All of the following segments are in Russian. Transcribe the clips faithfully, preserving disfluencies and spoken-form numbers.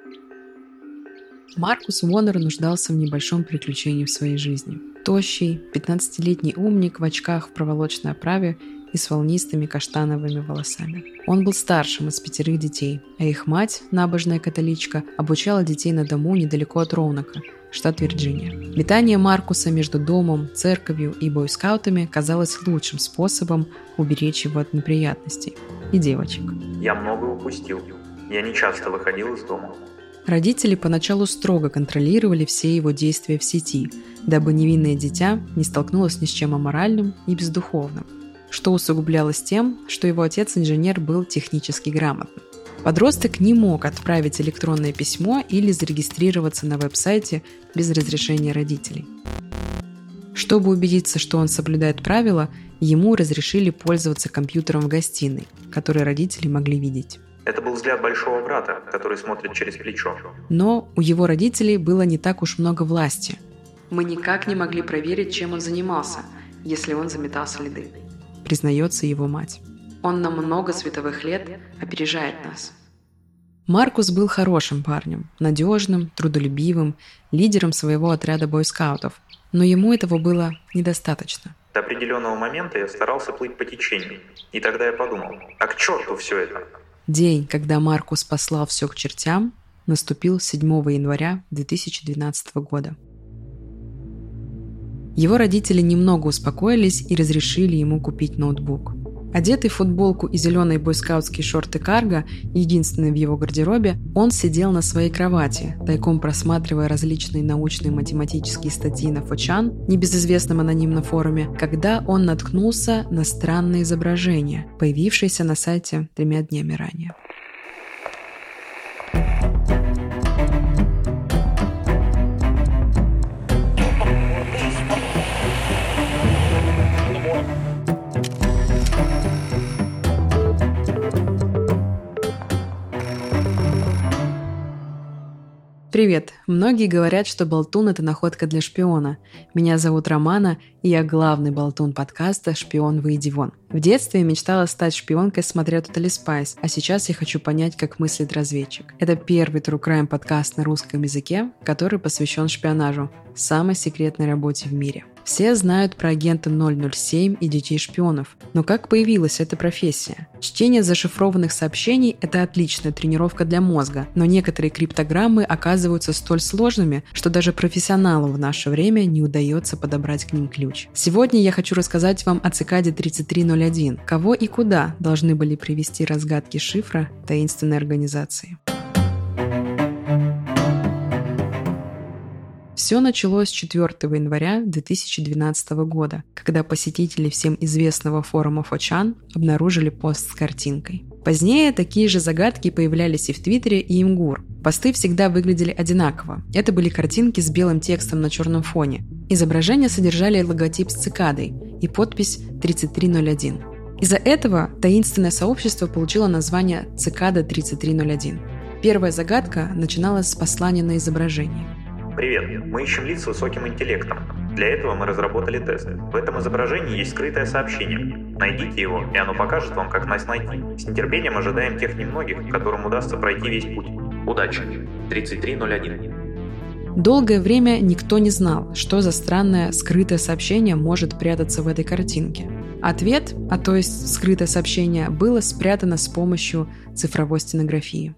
Маркус Вонер нуждался в небольшом приключении в своей жизни. Тощий, пятнадцатилетний умник в очках в проволочной оправе и с волнистыми каштановыми волосами. Он был старшим из пятерых детей, а их мать, набожная католичка, обучала детей на дому недалеко от Роунака, штат Вирджиния. Метание Маркуса между домом, церковью и бойскаутами казалось лучшим способом уберечь его от неприятностей и девочек. Я много упустил. Я не часто выходил из дома. Родители поначалу строго контролировали все его действия в сети, дабы невинное дитя не столкнулось ни с чем аморальным и бездуховным, что усугублялось тем, что его отец-инженер был технически грамотным. Подросток не мог отправить электронное письмо или зарегистрироваться на веб-сайте без разрешения родителей. Чтобы убедиться, что он соблюдает правила, ему разрешили пользоваться компьютером в гостиной, который родители могли видеть. Это был взгляд большого брата, который смотрит через плечо. Но у его родителей было не так уж много власти. Мы никак не могли проверить, чем он занимался, если он заметал следы, признается его мать. Он на много световых лет опережает нас. Маркус был хорошим парнем, надежным, трудолюбивым, лидером своего отряда бойскаутов, но ему этого было недостаточно. До определенного момента я старался плыть по течению, и тогда я подумал, а к черту все это? День, когда Маркус послал все к чертям, наступил седьмого января две тысячи двенадцатого года. Его родители немного успокоились и разрешили ему купить ноутбук. Одетый в футболку и зеленые бойскаутские шорты карго, единственные в его гардеробе, он сидел на своей кровати, тайком просматривая различные научные математические статьи на фор чан, небезызвестном анонимном форуме, когда он наткнулся на странное изображение, появившееся на сайте тремя днями ранее. Привет! Многие говорят, что болтун – это находка для шпиона. Меня зовут Романа, и я главный болтун подкаста «Шпион, выйди вон». В детстве я мечтала стать шпионкой, смотря Totally Spies, а сейчас я хочу понять, как мыслит разведчик. Это первый True Crime подкаст на русском языке, который посвящен шпионажу, самой секретной работе в мире. Все знают про агента ноль ноль семь и детей-шпионов. Но как появилась эта профессия? Чтение зашифрованных сообщений – это отличная тренировка для мозга, но некоторые криптограммы оказываются столь сложными, что даже профессионалам в наше время не удается подобрать к ним ключ. Сегодня я хочу рассказать вам о цикаде тридцать три ноль один. Кого и куда должны были привести разгадки шифра таинственной организации. Все началось четвёртого января две тысячи двенадцатого года, когда посетители всем известного форума фор чан обнаружили пост с картинкой. Позднее такие же загадки появлялись и в Твиттере, и Имгур. Посты всегда выглядели одинаково. Это были картинки с белым текстом на черном фоне. Изображения содержали логотип с цикадой и подпись тридцать три ноль один. Из-за этого таинственное сообщество получило название «Цикада тридцать три ноль один». Первая загадка начиналась с послания на изображении. Привет, мы ищем лиц с высоким интеллектом. Для этого мы разработали тест. В этом изображении есть скрытое сообщение. Найдите его, и оно покажет вам, как нас найти. С нетерпением ожидаем тех немногих, которым удастся пройти весь путь. Удачи! тридцать три ноль один. Долгое время никто не знал, что за странное скрытое сообщение может прятаться в этой картинке. Ответ, а то есть скрытое сообщение, было спрятано с помощью цифровой стенографии.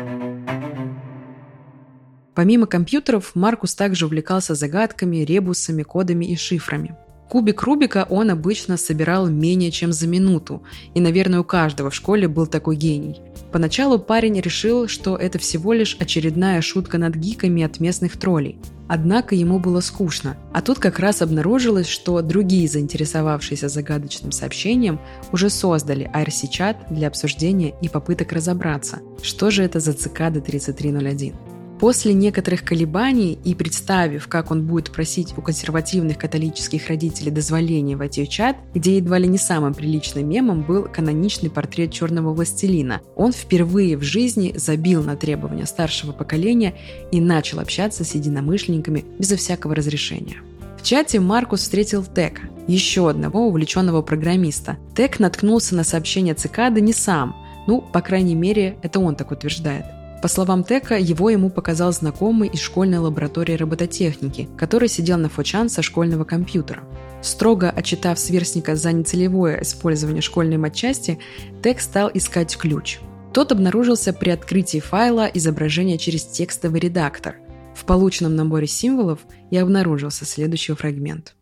Помимо компьютеров, Маркус также увлекался загадками, ребусами, кодами и шифрами. Кубик Рубика он обычно собирал менее чем за минуту, и, наверное, у каждого в школе был такой гений. Поначалу парень решил, что это всего лишь очередная шутка над гиками от местных троллей. Однако ему было скучно, а тут как раз обнаружилось, что другие, заинтересовавшиеся загадочным сообщением, уже создали ай ар си-чат для обсуждения и попыток разобраться, что же это за цикада тридцать три ноль один. После некоторых колебаний и представив, как он будет просить у консервативных католических родителей дозволения войти в чат, где едва ли не самым приличным мемом был каноничный портрет черного властелина, он впервые в жизни забил на требования старшего поколения и начал общаться с единомышленниками безо всякого разрешения. В чате Маркус встретил Тека, еще одного увлеченного программиста. Тек наткнулся на сообщение цикады не сам, ну, по крайней мере, это он так утверждает. По словам Тека, его ему показал знакомый из школьной лаборатории робототехники, который сидел на фочан со школьного компьютера. Строго отчитав сверстника за нецелевое использование школьной матчасти, Тек стал искать ключ. Тот обнаружился при открытии файла изображения через текстовый редактор. В полученном наборе символов и обнаружился следующий фрагмент.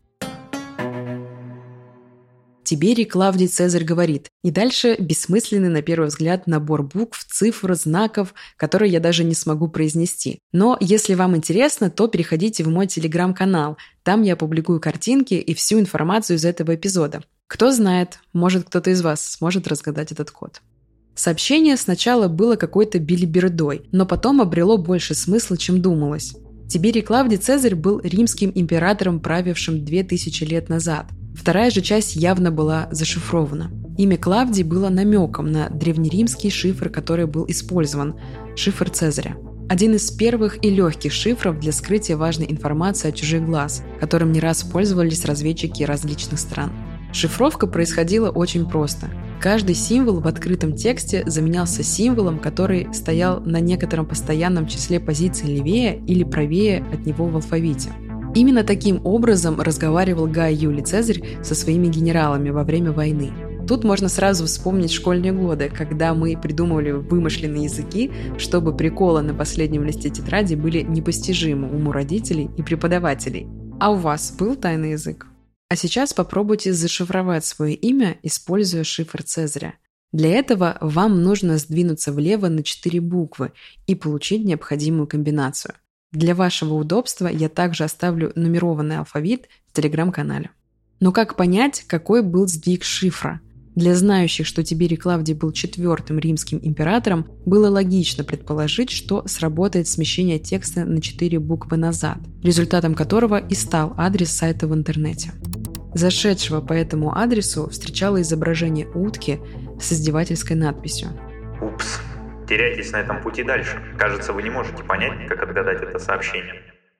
Тиберий Клавдий Цезарь говорит, и дальше бессмысленный на первый взгляд набор букв, цифр, знаков, которые я даже не смогу произнести. Но если вам интересно, то переходите в мой телеграм-канал, там я публикую картинки и всю информацию из этого эпизода. Кто знает, может кто-то из вас сможет разгадать этот код. Сообщение сначала было какой-то билибердой, но потом обрело больше смысла, чем думалось. Тиберий Клавдий Цезарь был римским императором, правившим две тысячи лет назад. Вторая же часть явно была зашифрована. Имя Клавдий было намеком на древнеримский шифр, который был использован – шифр Цезаря. Один из первых и легких шифров для скрытия важной информации от чужих глаз, которым не раз пользовались разведчики различных стран. Шифровка происходила очень просто. Каждый символ в открытом тексте заменялся символом, который стоял на некотором постоянном числе позиций левее или правее от него в алфавите. Именно таким образом разговаривал Гай Юлий Цезарь со своими генералами во время войны. Тут можно сразу вспомнить школьные годы, когда мы придумывали вымышленные языки, чтобы приколы на последнем листе тетради были непостижимы уму родителей и преподавателей. А у вас был тайный язык? А сейчас попробуйте зашифровать свое имя, используя шифр Цезаря. Для этого вам нужно сдвинуться влево на четыре буквы и получить необходимую комбинацию. Для вашего удобства я также оставлю нумерованный алфавит в телеграм-канале. Но как понять, какой был сдвиг шифра? Для знающих, что Тиберий Клавдий был четвертым римским императором, было логично предположить, что сработает смещение текста на четыре буквы назад, результатом которого и стал адрес сайта в интернете. Зашедшего по этому адресу встречало изображение утки с издевательской надписью. Упс. Теряйтесь на этом пути дальше. Кажется, вы не можете понять, как отгадать это сообщение.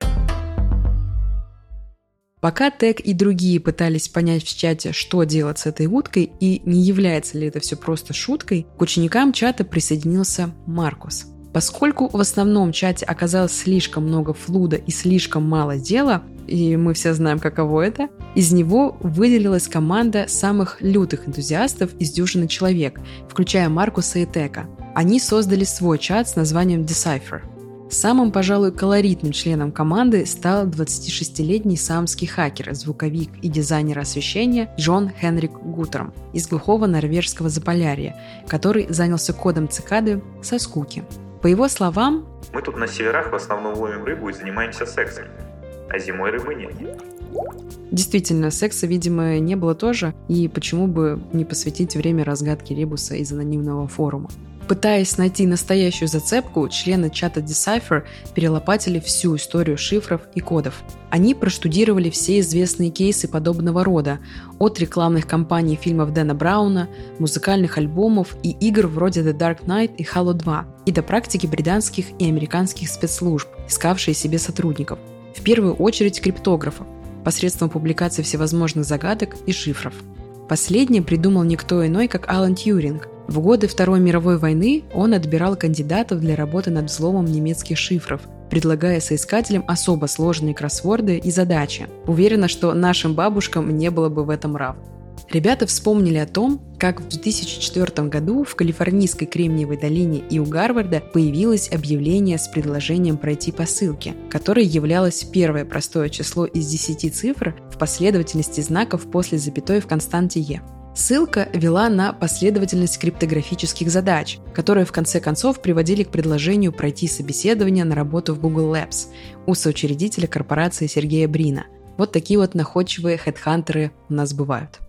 Пока Тек и другие пытались понять в чате, что делать с этой уткой и не является ли это все просто шуткой, к ученикам чата присоединился Маркус. Поскольку в основном чате оказалось слишком много флуда и слишком мало дела, и мы все знаем, каково это, из него выделилась команда самых лютых энтузиастов из дюжины человек, включая Маркуса и Тека. Они создали свой чат с названием Decipher. Самым, пожалуй, колоритным членом команды стал двадцатишестилетний саамский хакер, звуковик и дизайнер освещения Джон Хенрик Гутерм из глухого норвежского Заполярья, который занялся кодом цикады со скуки. По его словам, «Мы тут на северах в основном ловим рыбу и занимаемся сексом, а зимой рыбы нет». Действительно, секса, видимо, не было тоже, и почему бы не посвятить время разгадке ребуса из анонимного форума. Пытаясь найти настоящую зацепку, члены чата Decipher перелопатили всю историю шифров и кодов. Они проштудировали все известные кейсы подобного рода, от рекламных кампаний фильмов Дэна Брауна, музыкальных альбомов и игр вроде The Dark Knight и Halo два, и до практики британских и американских спецслужб, искавшие себе сотрудников. В первую очередь криптографов, посредством публикации всевозможных загадок и шифров. Последний придумал никто иной, как Алан Тьюринг. В годы Второй мировой войны он отбирал кандидатов для работы над взломом немецких шифров, предлагая соискателям особо сложные кроссворды и задачи. Уверена, что нашим бабушкам не было бы в этом равно. Ребята вспомнили о том, как в две тысячи четвёртом году в Калифорнийской Кремниевой долине и у Гарварда появилось объявление с предложением пройти по ссылке, которой являлось первое простое число из десяти цифр в последовательности знаков после запятой в константе Е. Ссылка вела на последовательность криптографических задач, которые в конце концов приводили к предложению пройти собеседование на работу в Google Labs у соучредителя корпорации Сергея Брина. Вот такие вот находчивые хедхантеры у нас бывают.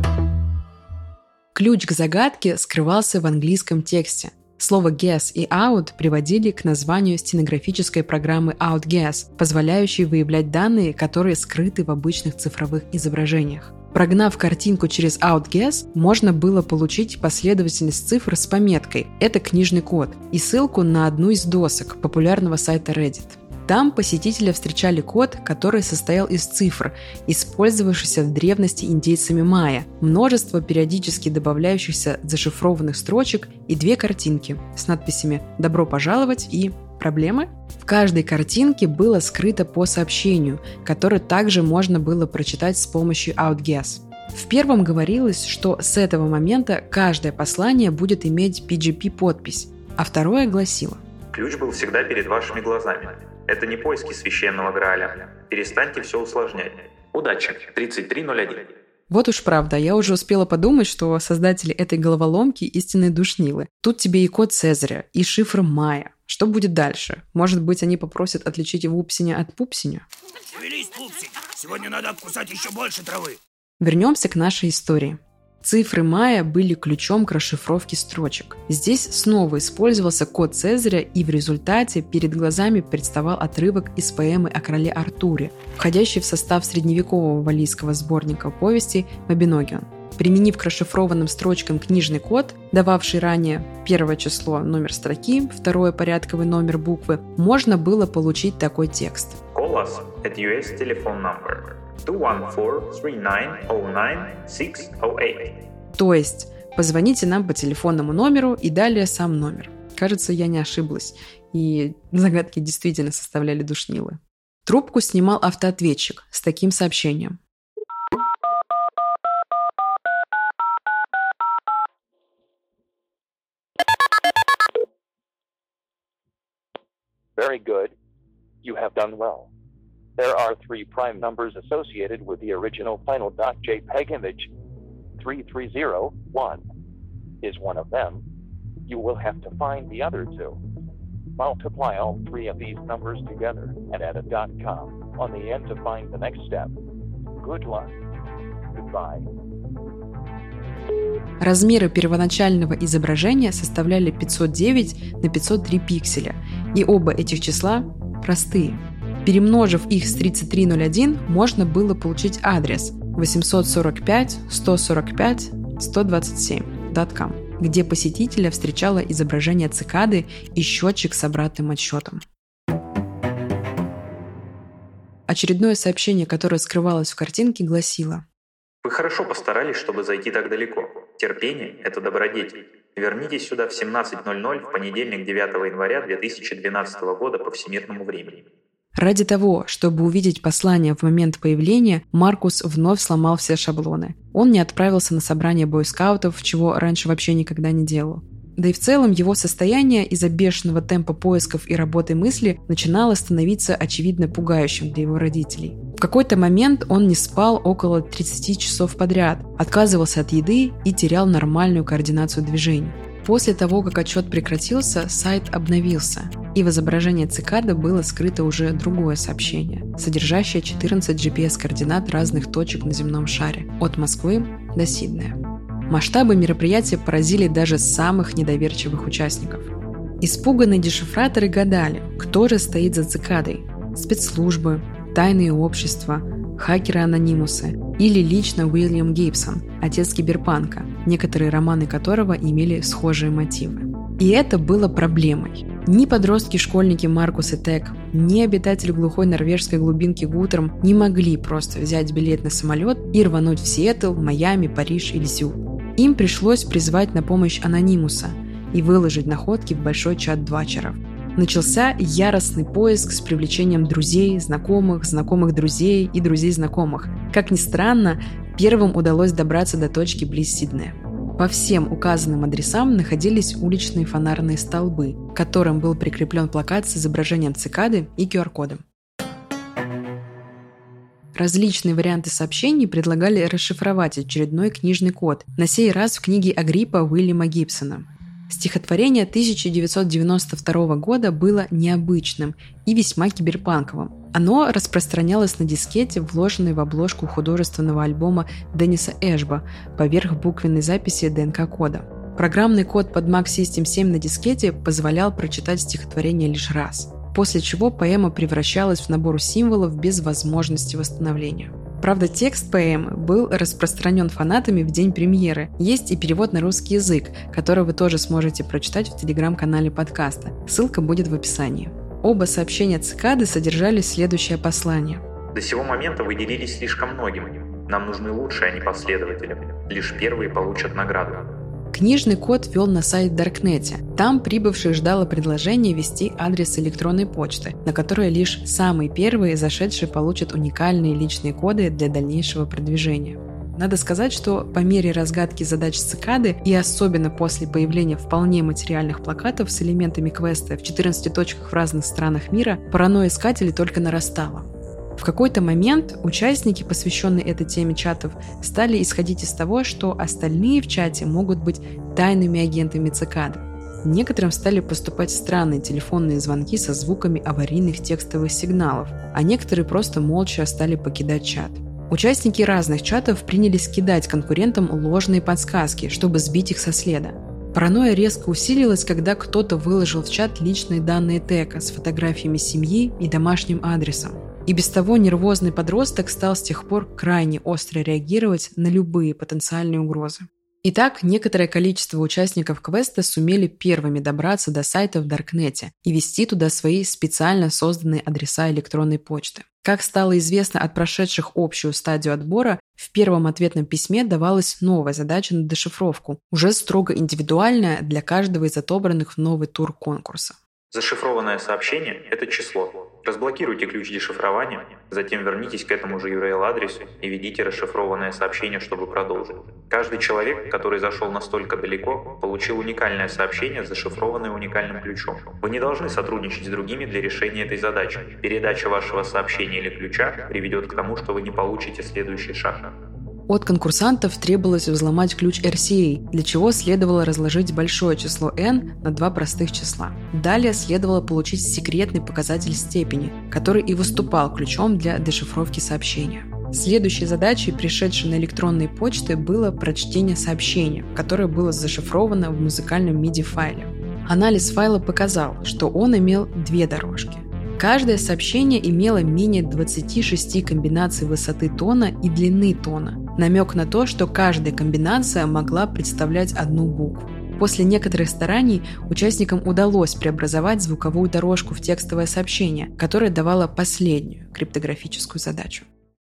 Ключ к загадке скрывался в английском тексте. Слово guess и out приводили к названию стенографической программы OutGuess, позволяющей выявлять данные, которые скрыты в обычных цифровых изображениях. Прогнав картинку через OutGuess, можно было получить последовательность цифр с пометкой «Это книжный код» и ссылку на одну из досок популярного сайта Reddit. Там посетителя встречали код, который состоял из цифр, использовавшихся в древности индейцами майя, множество периодически добавляющихся зашифрованных строчек и две картинки с надписями «Добро пожаловать» и «Проблемы?». В каждой картинке было скрыто по сообщению, которое также можно было прочитать с помощью OutGuess. В первом говорилось, что с этого момента каждое послание будет иметь пи джи пи-подпись, а второе гласило: «Ключ был всегда перед вашими глазами. Это не поиски священного Грааля. Перестаньте все усложнять. Удачи! тридцать три ноль один». Вот уж правда, я уже успела подумать, что создатели этой головоломки истинные душнилы. Тут тебе и код Цезаря, и шифр майя. Что будет дальше? Может быть, они попросят отличить Вупсиня от Пупсиня? Шевелись, Пупсень! Сегодня надо обкусать еще больше травы. Вернемся к нашей истории. Цифры майя были ключом к расшифровке строчек. Здесь снова использовался код Цезаря, и в результате перед глазами представал отрывок из поэмы о короле Артуре, входящий в состав средневекового валлийского сборника повестей «Мабиногион». Применив к расшифрованным строчкам книжный код, дававший ранее первое число номер строки, второе порядковый номер буквы, можно было получить такой текст. Call us at ю эс telephone number two one four three nine zero nine six zero eight. То есть, позвоните нам по телефонному номеру и далее сам номер. Кажется, я не ошиблась, и загадки действительно составляли душнилы. Трубку снимал автоответчик с таким сообщением. Very good. You have done well. There are three prime numbers associated with the original final .jpeg image. three three zero one is one of them. You will have to find the other two. Multiply all three of these numbers together and add a .com on the end to find the next step. Good luck. Goodbye. Размеры первоначального изображения составляли пятьсот девять на пятьсот три пикселя, и оба этих числа простые. Перемножив их с тридцать три ноль один, можно было получить адрес восемьсот сорок пять сто сорок пять сто двадцать семь точка ком, где посетителя встречало изображение цикады и счетчик с обратным отсчетом. Очередное сообщение, которое скрывалось в картинке, гласило: «Вы хорошо постарались, чтобы зайти так далеко. Терпение – это добродетель. Вернитесь сюда в семнадцать ноль ноль в понедельник девятого января две тысячи двенадцатого года по всемирному времени». Ради того, чтобы увидеть послание в момент появления, Маркус вновь сломал все шаблоны. Он не отправился на собрание бойскаутов, чего раньше вообще никогда не делал. Да и в целом его состояние из-за бешеного темпа поисков и работы мысли начинало становиться очевидно пугающим для его родителей. В какой-то момент он не спал около тридцати часов подряд, отказывался от еды и терял нормальную координацию движений. После того, как отчет прекратился, сайт обновился, и в изображении цикады было скрыто уже другое сообщение, содержащее четырнадцать джи пи эс-координат разных точек на земном шаре, от Москвы до Сиднея. Масштабы мероприятия поразили даже самых недоверчивых участников. Испуганные дешифраторы гадали, кто же стоит за цикадой – спецслужбы, тайные общества, хакеры-анонимусы или лично Уильям Гибсон, отец киберпанка, некоторые романы которого имели схожие мотивы. И это было проблемой. Ни подростки-школьники Маркус и Тег, ни обитатели глухой норвежской глубинки Гутром не могли просто взять билет на самолет и рвануть в Сиэтл, Майами, Париж или Сеул. Им пришлось призвать на помощь анонимуса и выложить находки в большой чат двачеров. Начался яростный поиск с привлечением друзей, знакомых, знакомых друзей и друзей знакомых. Как ни странно, первым удалось добраться до точки близ Сиднея. По всем указанным адресам находились уличные фонарные столбы, к которым был прикреплен плакат с изображением цикады и ку ар кодом. Различные варианты сообщений предлагали расшифровать очередной книжный код, на сей раз в книге Агриппа Уильяма Гибсона. Стихотворение тысяча девятьсот девяносто второго года было необычным и весьма киберпанковым. Оно распространялось на дискете, вложенной в обложку художественного альбома Денниса Эшба поверх буквенной записи ди эн ка-кода. Программный код под Mac System семь на дискете позволял прочитать стихотворение лишь раз, после чего поэма превращалась в набор символов без возможности восстановления. Правда, текст поэмы был распространен фанатами в день премьеры. Есть и перевод на русский язык, который вы тоже сможете прочитать в телеграм-канале подкаста. Ссылка будет в описании. Оба сообщения цикады содержали следующее послание. До сего момента вы делились слишком многим. Нам нужны лучшие, а не последователи. Лишь первые получат награду. Книжный код вел на сайт в Даркнете. Там прибывших ждало предложение ввести адрес электронной почты, на которой лишь самые первые зашедшие получат уникальные личные коды для дальнейшего продвижения. Надо сказать, что по мере разгадки задач цикады и особенно после появления вполне материальных плакатов с элементами квеста в четырнадцати точках в разных странах мира, паранойя искателей только нарастала. В какой-то момент участники, посвященные этой теме чатов, стали исходить из того, что остальные в чате могут быть тайными агентами цикады. Некоторым стали поступать странные телефонные звонки со звуками аварийных текстовых сигналов, а некоторые просто молча стали покидать чат. Участники разных чатов принялись кидать конкурентам ложные подсказки, чтобы сбить их со следа. Паранойя резко усилилась, когда кто-то выложил в чат личные данные Тека с фотографиями семьи и домашним адресом. И без того нервозный подросток стал с тех пор крайне остро реагировать на любые потенциальные угрозы. Итак, некоторое количество участников квеста сумели первыми добраться до сайта в Даркнете и ввести туда свои специально созданные адреса электронной почты. Как стало известно от прошедших общую стадию отбора, в первом ответном письме давалась новая задача на дешифровку, уже строго индивидуальная для каждого из отобранных в новый тур конкурса. Зашифрованное сообщение – это число. Разблокируйте ключ дешифрования, затем вернитесь к этому же ю ар эл-адресу и введите расшифрованное сообщение, чтобы продолжить. Каждый человек, который зашел настолько далеко, получил уникальное сообщение, зашифрованное уникальным ключом. Вы не должны сотрудничать с другими для решения этой задачи. Передача вашего сообщения или ключа приведет к тому, что вы не получите следующий шаг. От конкурсантов требовалось взломать ключ эр си эй, для чего следовало разложить большое число n на два простых числа. Далее следовало получить секретный показатель степени, который и выступал ключом для дешифровки сообщения. Следующей задачей, пришедшей на электронные почты, было прочтение сообщения, которое было зашифровано в музыкальном миди-файле. Анализ файла показал, что он имел две дорожки. Каждое сообщение имело менее двадцати шести комбинаций высоты тона и длины тона, намек на то, что каждая комбинация могла представлять одну букву. После некоторых стараний участникам удалось преобразовать звуковую дорожку в текстовое сообщение, которое давало последнюю криптографическую задачу.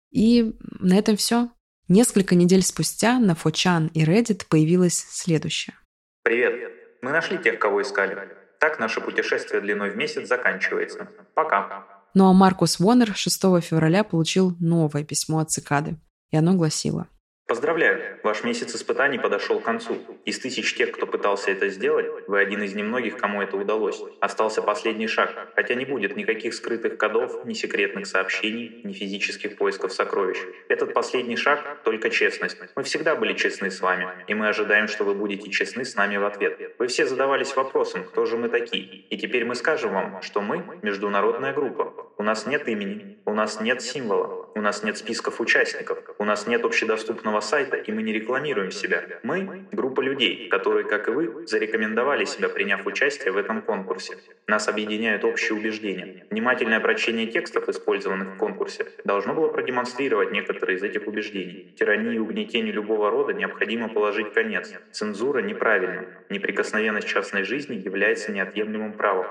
И на этом все. Несколько недель спустя на фор чан и Reddit появилось следующее. Привет, мы нашли тех, кого искали. Так наше путешествие длиной в месяц заканчивается. Пока. Ну а Маркус Воннер шестого февраля получил новое письмо от цикады, и оно гласило: Поздравляю, ваш месяц испытаний подошел к концу. Из тысяч тех, кто пытался это сделать, вы один из немногих, кому это удалось. Остался последний шаг, хотя не будет никаких скрытых кодов, ни секретных сообщений, ни физических поисков сокровищ. Этот последний шаг — только честность. Мы всегда были честны с вами, и мы ожидаем, что вы будете честны с нами в ответ. Вы все задавались вопросом, кто же мы такие. И теперь мы скажем вам, что мы — международная группа. У нас нет имени, у нас нет символа, у нас нет списков участников, у нас нет общедоступного сайта, и мы не рекламируем себя. Мы — группа людей, которые, как и вы, зарекомендовали себя, приняв участие в этом конкурсе. Нас объединяют общие убеждения. Внимательное прочтение текстов, использованных в конкурсе, должно было продемонстрировать некоторые из этих убеждений. Тирании и угнетению любого рода необходимо положить конец. Цензура неправильна. Неприкосновенность частной жизни является неотъемлемым правом.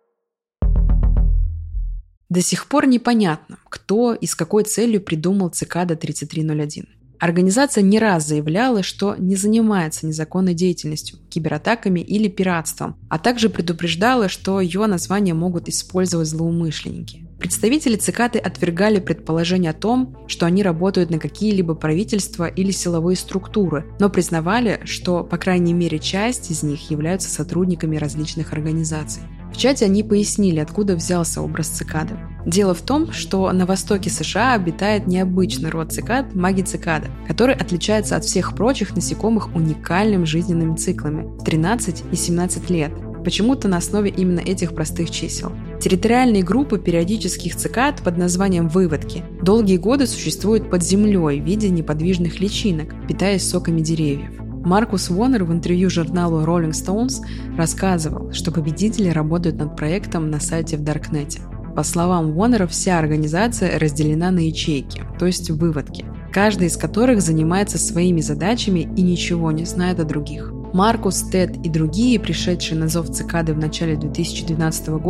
До сих пор непонятно, кто и с какой целью придумал Цикада тридцать три ноль один. Организация не раз заявляла, что не занимается незаконной деятельностью, кибератаками или пиратством, а также предупреждала, что ее название могут использовать злоумышленники. Представители Цикады отвергали предположение о том, что они работают на какие-либо правительства или силовые структуры, но признавали, что, по крайней мере, часть из них являются сотрудниками различных организаций. В чате они пояснили, откуда взялся образ цикады. Дело в том, что на востоке США обитает необычный род цикад – маги-цикада, который отличается от всех прочих насекомых уникальными жизненными циклами в тринадцать и семнадцать лет, почему-то на основе именно этих простых чисел. Территориальные группы периодических цикад под названием «выводки» долгие годы существуют под землей в виде неподвижных личинок, питаясь соками деревьев. Маркус Воннер в интервью журналу Rolling Stones рассказывал, что победители работают над проектом на сайте в Даркнете. По словам Воннера, вся организация разделена на ячейки, то есть выводки, каждая из которых занимается своими задачами и ничего не знает о других. Маркус, Тед и другие, пришедшие на зов цикады в начале две тысячи двенадцатого года,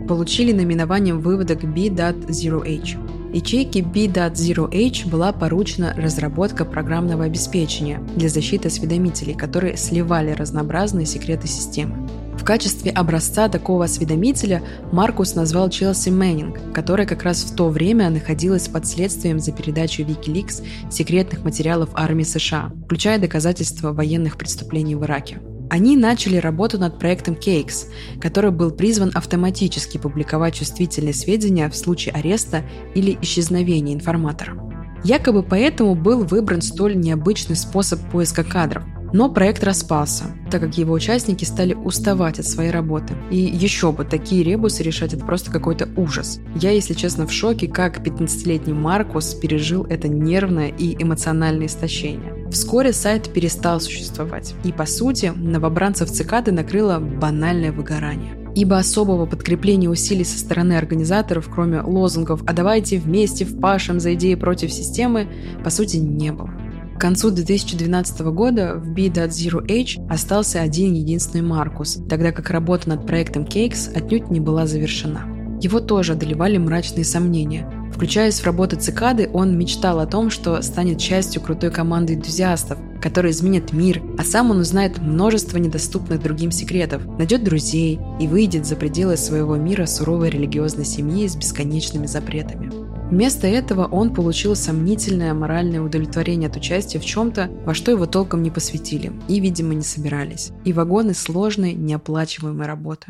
получили наименованием выводок би зero эйч. Ячейке би зero эйч была поручена разработка программного обеспечения для защиты осведомителей, которые сливали разнообразные секреты системы. В качестве образца такого осведомителя Маркус назвал Челси Мэннинг, которая как раз в то время находилась под следствием за передачу WikiLeaks секретных материалов армии США, включая доказательства военных преступлений в Ираке. Они начали работу над проектом кейкс, который был призван автоматически публиковать чувствительные сведения в случае ареста или исчезновения информатора. Якобы поэтому был выбран столь необычный способ поиска кадров. Но проект распался, так как его участники стали уставать от своей работы. И еще бы, такие ребусы решать — это просто какой-то ужас. Я, если честно, в шоке, как пятнадцатилетний Маркус пережил это нервное и эмоциональное истощение. Вскоре сайт перестал существовать, и, по сути, новобранцев цикады накрыло банальное выгорание. Ибо особого подкрепления усилий со стороны организаторов, кроме лозунгов «а давайте вместе впашем за идеи против системы», по сути, не было. К концу две тысячи двенадцатого года в би зero эйч остался один единственный Маркус, тогда как работа над проектом кейкс отнюдь не была завершена. Его тоже одолевали мрачные сомнения. Включаясь в работу цикады, он мечтал о том, что станет частью крутой команды энтузиастов, которые изменят мир, а сам он узнает множество недоступных другим секретов, найдет друзей и выйдет за пределы своего мира суровой религиозной семьи с бесконечными запретами. Вместо этого он получил сомнительное моральное удовлетворение от участия в чем-то, во что его толком не посвятили и, видимо, не собирались, и вагоны сложной, неоплачиваемой работы.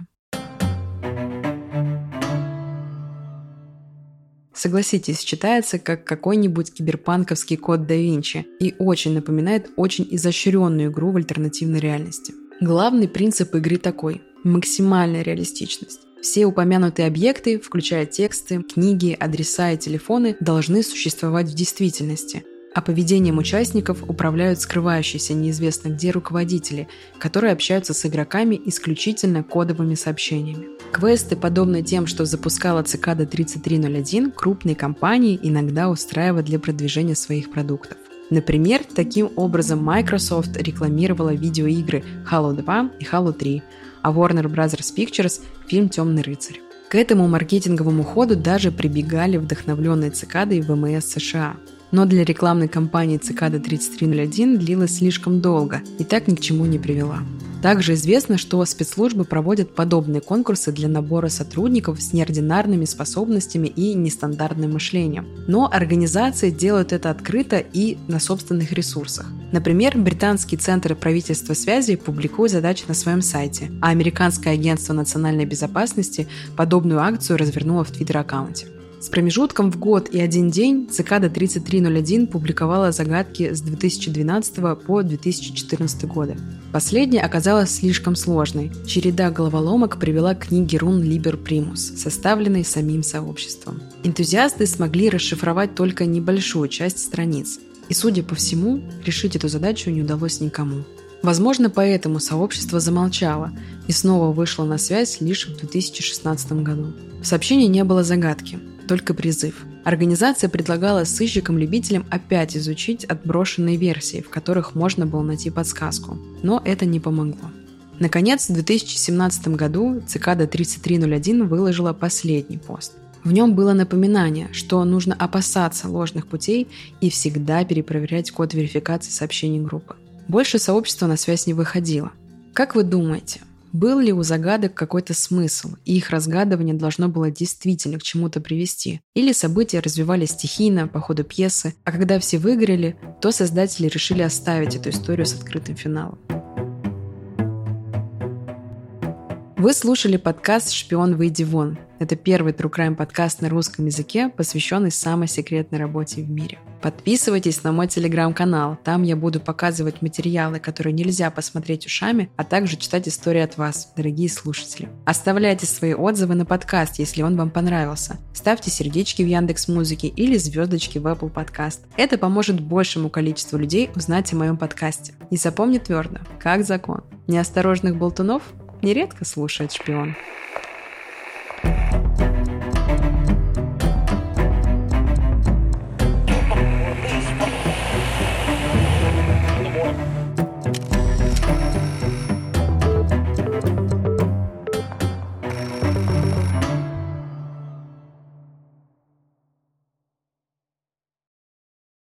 Согласитесь, читается как какой-нибудь киберпанковский код да Винчи и очень напоминает очень изощренную игру в альтернативной реальности. Главный принцип игры такой – максимальная реалистичность. Все упомянутые объекты, включая тексты, книги, адреса и телефоны, должны существовать в действительности, а поведением участников управляют скрывающиеся неизвестно где руководители, которые общаются с игроками исключительно кодовыми сообщениями. Квесты, подобные тем, что запускала цикада тридцать три ноль один, крупные компании иногда устраивают для продвижения своих продуктов. Например, таким образом Microsoft рекламировала видеоигры Halo два и Halo три, а Warner Bros. Pictures – фильм «Темный рыцарь». К этому маркетинговому ходу даже прибегали вдохновленные цикадой ВМС США. Но для рекламной кампании цикада тридцать три ноль один длилась слишком долго и так ни к чему не привела. Также известно, что спецслужбы проводят подобные конкурсы для набора сотрудников с неординарными способностями и нестандартным мышлением. Но организации делают это открыто и на собственных ресурсах. Например, британский центр правительства связи публикует задачи на своем сайте, а американское агентство национальной безопасности подобную акцию развернуло в твиттер-аккаунте. С промежутком в год и один день цикада тридцать три ноль один публиковала загадки с две тысячи двенадцатого по две тысячи четырнадцатый годы. Последняя оказалась слишком сложной. Череда головоломок привела к книге рун Liber Primus, составленной самим сообществом. Энтузиасты смогли расшифровать только небольшую часть страниц. И, судя по всему, решить эту задачу не удалось никому. Возможно, поэтому сообщество замолчало и снова вышло на связь лишь в две тысячи шестнадцатом году. В сообщении не было загадки, только призыв. Организация предлагала сыщикам-любителям опять изучить отброшенные версии, в которых можно было найти подсказку, но это не помогло. Наконец, в две тысячи семнадцатом году цикада тридцать три ноль один выложила последний пост. В нем было напоминание, что нужно опасаться ложных путей и всегда перепроверять код верификации сообщений группы. Больше сообщество на связь не выходило. Как вы думаете, был ли у загадок какой-то смысл, и их разгадывание должно было действительно к чему-то привести? Или события развивались стихийно, по ходу пьесы, а когда все выиграли, то создатели решили оставить эту историю с открытым финалом? Вы слушали подкаст «Шпион, выйди вон». Это первый True Crime подкаст на русском языке, посвященный самой секретной работе в мире. Подписывайтесь на мой телеграм-канал, там я буду показывать материалы, которые нельзя посмотреть ушами, а также читать истории от вас, дорогие слушатели. Оставляйте свои отзывы на подкаст, если он вам понравился. Ставьте сердечки в Яндекс.Музыке или звездочки в Apple Podcast. Это поможет большему количеству людей узнать о моем подкасте. И запомни твердо, как закон: неосторожных болтунов нередко слушает шпион.